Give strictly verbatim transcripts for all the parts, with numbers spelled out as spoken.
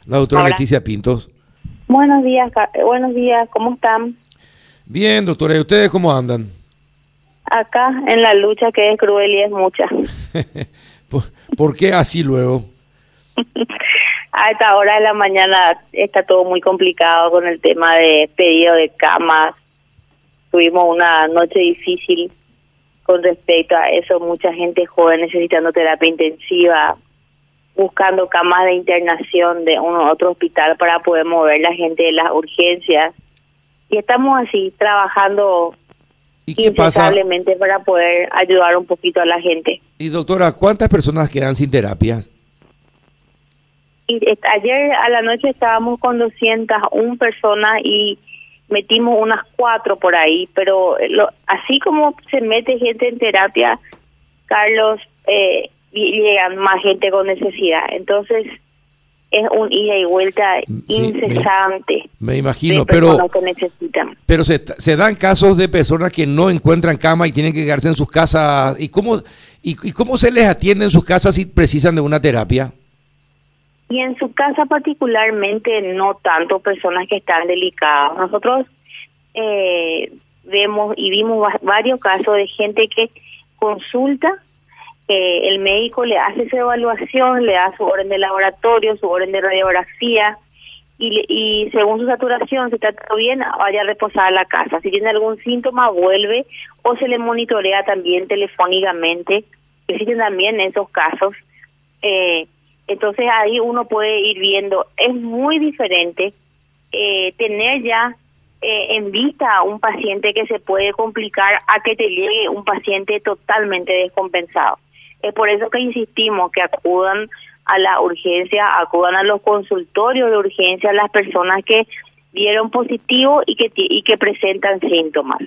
La doctora Hola. Leticia Pintos. Buenos días, Ca- buenos días, ¿cómo están? Bien, doctora, ¿y ustedes cómo andan? Acá en la lucha que es cruel y es mucha. ¿Por, por qué así luego? A esta hora de la mañana está todo muy complicado con el tema de pedido de camas. Tuvimos una noche difícil con respecto a eso, mucha gente joven necesitando terapia intensiva, buscando camas de internación de uno a otro hospital para poder mover la gente de las urgencias. Y estamos así, trabajando ¿Y qué pasa? incesablemente para poder ayudar un poquito a la gente. Y doctora, ¿cuántas personas quedan sin terapia? Y est- ayer a la noche estábamos con doscientas una personas y metimos unas cuatro por ahí, pero lo, así como se mete gente en terapia, Carlos, eh, y llegan más gente con necesidad. Entonces es un ida y vuelta Sí, incesante Me de imagino, personas pero, que necesitan. pero se, se dan casos de personas que no encuentran cama y tienen que quedarse en sus casas. ¿Y cómo, y, y cómo se les atiende en sus casas si precisan de una terapia? Y en su casa particularmente no tanto personas que están delicadas. Nosotros eh, vemos y vimos va- varios casos de gente que consulta, eh, el médico le hace su evaluación, le da su orden de laboratorio, su orden de radiografía y, le- y según su saturación, si está todo bien, vaya a reposar a la casa. Si tiene algún síntoma, vuelve o se le monitorea también telefónicamente. Existen también esos casos. Eh, entonces ahí uno puede ir viendo, es muy diferente eh, tener ya eh, en vista a un paciente que se puede complicar a que te llegue un paciente totalmente descompensado. Es por eso que insistimos que acudan a la urgencia, acudan a los consultorios de urgencia las personas que dieron positivo y que ti- y que presentan síntomas.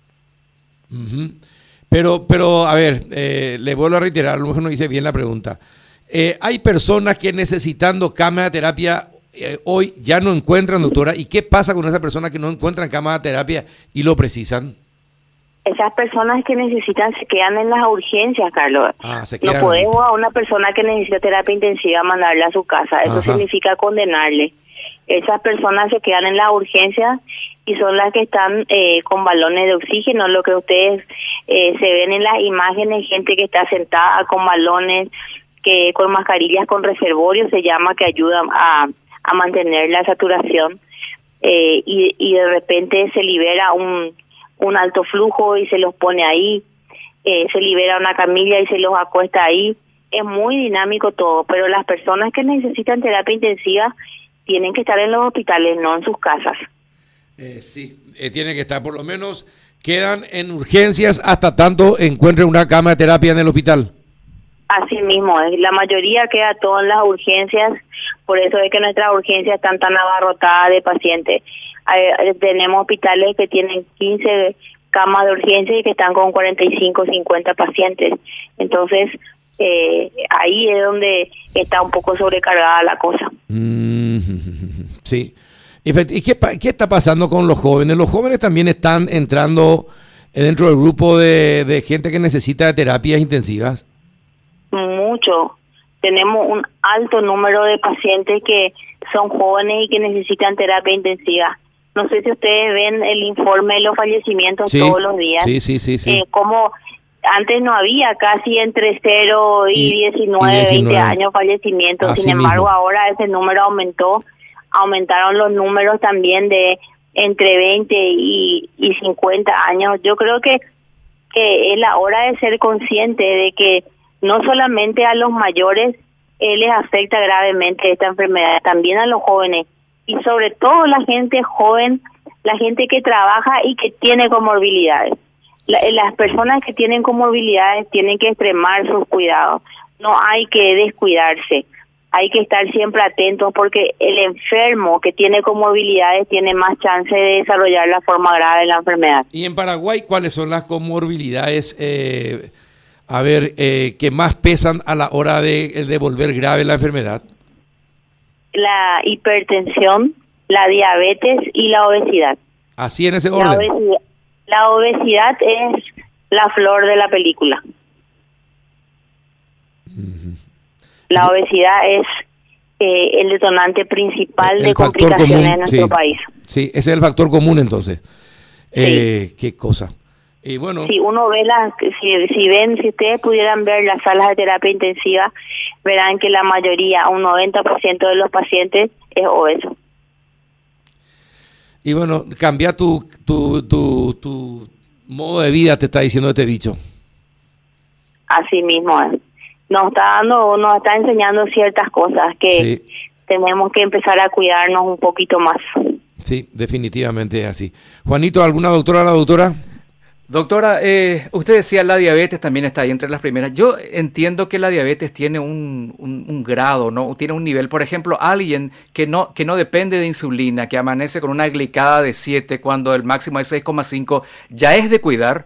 Ujú. Pero, pero, a ver, eh, le vuelvo a reiterar, a lo mejor no hice bien la pregunta. Eh, hay personas que necesitando cama de terapia eh, hoy ya no encuentran, doctora. ¿Y qué pasa con esas personas que no encuentran cama de terapia y lo precisan? Esas personas que necesitan se quedan en las urgencias, Carlos. Ah, se No quedan podemos ahí. a una persona que necesita terapia intensiva mandarla a su casa. Eso Ajá. significa condenarle. Esas personas se quedan en las urgencias y son las que están eh, con balones de oxígeno. Lo que ustedes eh, se ven en las imágenes, gente que está sentada con balones, que con mascarillas con reservorio, se llama, que ayudan a, a mantener la saturación. Eh, y, y de repente se libera un, un alto flujo y se los pone ahí, eh, se libera una camilla y se los acuesta ahí. Es muy dinámico todo, pero las personas que necesitan terapia intensiva tienen que estar en los hospitales, no en sus casas. Eh, sí, eh, tiene que estar, por lo menos quedan en urgencias hasta tanto encuentren una cama de terapia en el hospital. Así mismo, eh, la mayoría queda todo en las urgencias, por eso es que nuestras urgencias están tan abarrotadas de pacientes. Eh, tenemos hospitales que tienen quince camas de urgencia y que están con cuarenta y cinco, cincuenta pacientes. Entonces, eh, ahí es donde está un poco sobrecargada la cosa. Mm, sí. Efect- ¿Y qué, pa- qué está pasando con los jóvenes? Los jóvenes también están entrando eh, dentro del grupo de, de gente que necesita terapias intensivas. Mucho. Tenemos un alto número de pacientes que son jóvenes y que necesitan terapia intensiva. No sé si ustedes ven el informe de los fallecimientos Sí, todos los días. sí, sí, sí, sí. Eh, como antes no había casi entre cero y, Y- diecinueve, y veinte diecinueve. años fallecimientos. Así Sin embargo, mismo. ahora ese número aumentó. Aumentaron los números también de entre veinte y, y cincuenta años. Yo creo que, que es la hora de ser consciente de que no solamente a los mayores eh, les afecta gravemente esta enfermedad, también a los jóvenes y sobre todo la gente joven, la gente que trabaja y que tiene comorbilidades. La, las personas que tienen comorbilidades tienen que extremar sus cuidados, no hay que descuidarse, hay que estar siempre atentos porque el enfermo que tiene comorbilidades tiene más chance de desarrollar la forma grave de la enfermedad. ¿Y en Paraguay cuáles son las comorbilidades, eh, a ver, eh, que más pesan a la hora de, de volver grave la enfermedad? La hipertensión, la diabetes y la obesidad. Así en ese La orden. obesidad, la obesidad es la flor de la película. Ujú. La obesidad es eh, el detonante principal el, de el complicaciones común, en nuestro sí, país. Sí, ese es el factor común entonces. Sí. Eh, qué cosa. Y bueno, si uno ve las, si, si ven, si ustedes pudieran ver las salas de terapia intensiva, verán que la mayoría, un noventa por ciento de los pacientes es obeso. Y bueno, cambia tu, tu, tu, tu modo de vida, te está diciendo este bicho. Así mismo es. Nos está dando, nos está enseñando ciertas cosas que Sí. tenemos que empezar a cuidarnos un poquito más. Sí, definitivamente es así. Juanito, ¿alguna doctora, la doctora? Doctora, eh, usted decía la diabetes también está ahí entre las primeras. Yo entiendo que la diabetes tiene un, un, un grado, ¿no? Tiene un nivel. Por ejemplo, alguien que no, que no depende de insulina, que amanece con una glicada de siete cuando el máximo es seis coma cinco, ¿ya es de cuidar?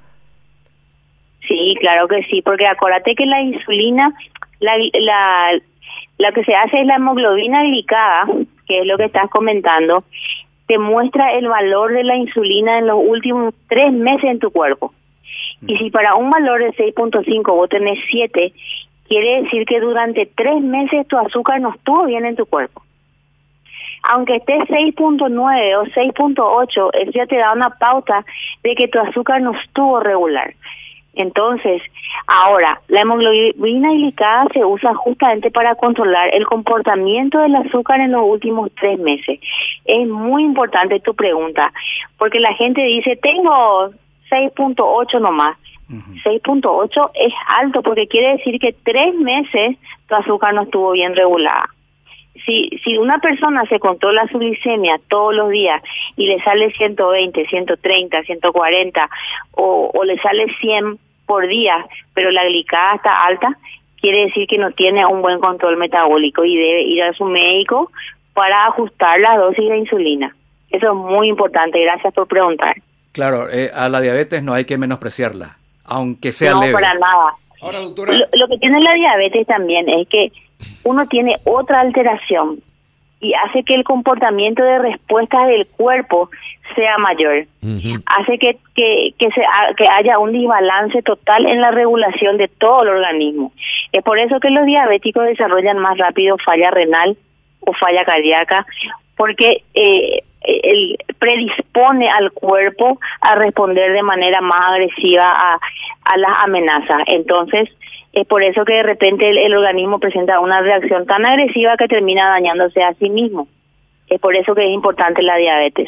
Sí, claro que sí, porque acuérdate que la insulina, la, la, la que se hace es la hemoglobina glicada, que es lo que estás comentando, te muestra el valor de la insulina en los últimos tres meses en tu cuerpo. Y si para un valor de seis punto cinco vos tenés siete, quiere decir que durante tres meses tu azúcar no estuvo bien en tu cuerpo. Aunque esté seis punto nueve o seis punto ocho, eso ya te da una pauta de que tu azúcar no estuvo regular. Entonces, ahora, la hemoglobina glicada se usa justamente para controlar el comportamiento del azúcar en los últimos tres meses. Es muy importante tu pregunta, porque la gente dice, tengo seis punto ocho nomás. Uh-huh. seis punto ocho es alto, porque quiere decir que tres meses tu azúcar no estuvo bien regulada. Si, si una persona se controla su glicemia todos los días y le sale ciento veinte, ciento treinta, ciento cuarenta o, o le sale cien por día, pero la glicada está alta, quiere decir que no tiene un buen control metabólico y debe ir a su médico para ajustar la dosis de insulina. Eso es muy importante. Gracias por preguntar. Claro, eh, a la diabetes no hay que menospreciarla, aunque sea no, leve. No, para nada. Ahora, doctora... Lo, lo que tiene la diabetes también es que uno tiene otra alteración y hace que el comportamiento de respuesta del cuerpo sea mayor. Uh-huh. Hace que que que, se, que haya un desbalance total en la regulación de todo el organismo. Es por eso que los diabéticos desarrollan más rápido falla renal o falla cardíaca, porque eh, el predispone al cuerpo a responder de manera más agresiva a, a las amenazas. Entonces, es por eso que de repente el, el organismo presenta una reacción tan agresiva que termina dañándose a sí mismo. Es por eso que es importante la diabetes.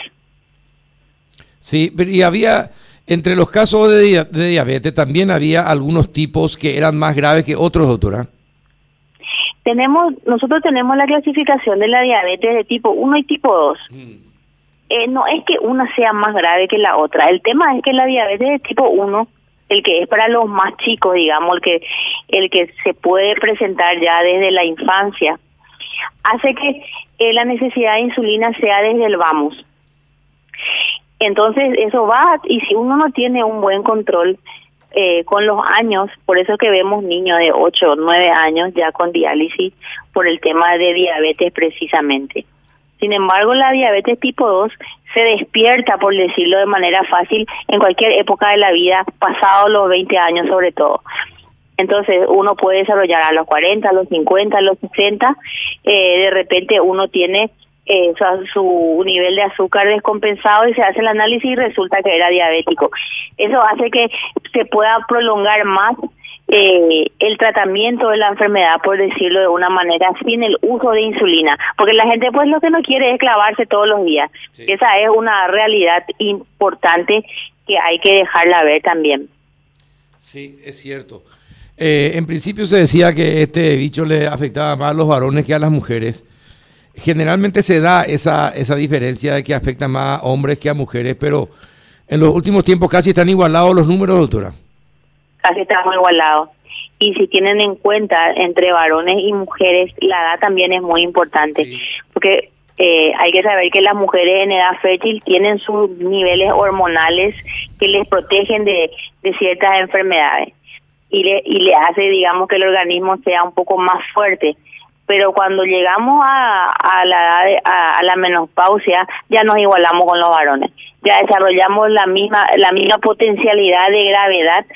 Sí, y había, entre los casos de, de diabetes, también había algunos tipos que eran más graves que otros, doctora. Tenemos, nosotros tenemos la clasificación de la diabetes de tipo uno y tipo dos. Mm. Eh, no es que una sea más grave que la otra. El tema es que la diabetes de tipo uno, el que es para los más chicos, digamos, el que el que se puede presentar ya desde la infancia, hace que eh, la necesidad de insulina sea desde el vamos. Entonces eso va, y si uno no tiene un buen control eh, con los años, por eso que vemos niños de ocho o nueve años ya con diálisis por el tema de diabetes precisamente. Sin embargo, la diabetes tipo dos se despierta, por decirlo de manera fácil, en cualquier época de la vida, pasado los veinte años sobre todo. Entonces, uno puede desarrollar a los cuarenta, a los cincuenta, a los sesenta, eh, de repente uno tiene eh, su, su nivel de azúcar descompensado y se hace el análisis y resulta que era diabético. Eso hace que se pueda prolongar más Eh, el tratamiento de la enfermedad, por decirlo de una manera, sin el uso de insulina, porque la gente pues lo que no quiere es clavarse todos los días. Sí. Esa es una realidad importante que hay que dejarla ver también. Sí, es cierto. Eh, en principio se decía que este bicho le afectaba más a los varones que a las mujeres. Generalmente se da esa, esa diferencia de que afecta más a hombres que a mujeres, pero en los últimos tiempos casi están igualados los números, doctora. Casi estamos igualados. Y si tienen en cuenta entre varones y mujeres, la edad también es muy importante, sí. porque eh, hay que saber que las mujeres en edad fértil tienen sus niveles hormonales que les protegen de, de ciertas enfermedades y le, y le hace, digamos, que el organismo sea un poco más fuerte. Pero cuando llegamos a, a la edad de, a, a la menopausia, ya nos igualamos con los varones. Ya desarrollamos la misma la misma potencialidad de gravedad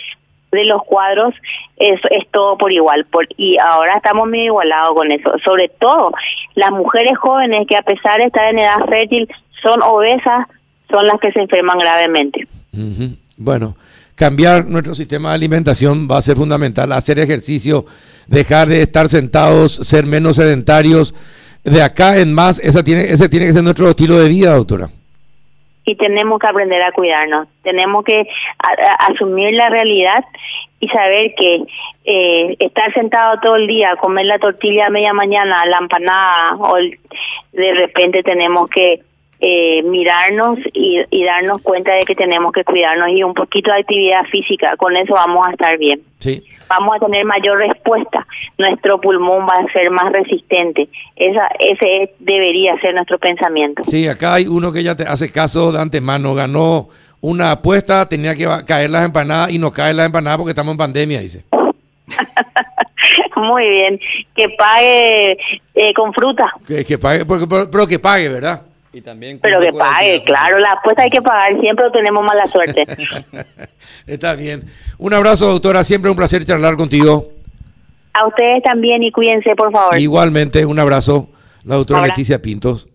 de los cuadros es, es todo por igual. Por, y ahora estamos medio igualados con eso. Sobre todo, las mujeres jóvenes que a pesar de estar en edad fértil son obesas, son las que se enferman gravemente. Uh-huh. Bueno, cambiar nuestro sistema de alimentación va a ser fundamental, hacer ejercicio, dejar de estar sentados, ser menos sedentarios. De acá en más, esa tiene, ese tiene que ser nuestro estilo de vida, doctora. Y tenemos que aprender a cuidarnos, tenemos que a, a, asumir la realidad y saber que eh, estar sentado todo el día, comer la tortilla a media mañana, la empanada, o el, de repente tenemos que eh, mirarnos y, y darnos cuenta de que tenemos que cuidarnos y un poquito de actividad física, con eso vamos a estar bien. Sí. Vamos a tener mayor respuesta, nuestro pulmón va a ser más resistente. Esa, ese es, debería ser nuestro pensamiento. Sí, acá hay uno que ya te hace caso de antemano, ganó una apuesta, tenía que caer las empanadas y no caen las empanadas porque estamos en pandemia, dice. Muy bien, que pague eh, con fruta. Que, que pague, pero, pero, pero que pague, ¿verdad? Y también pero que pague, claro, la apuesta hay que pagar, siempre tenemos mala suerte. Está bien. Un abrazo, doctora, siempre un placer charlar contigo. A ustedes también y cuídense, por favor. Igualmente, un abrazo, la doctora Ahora. Leticia Pintos.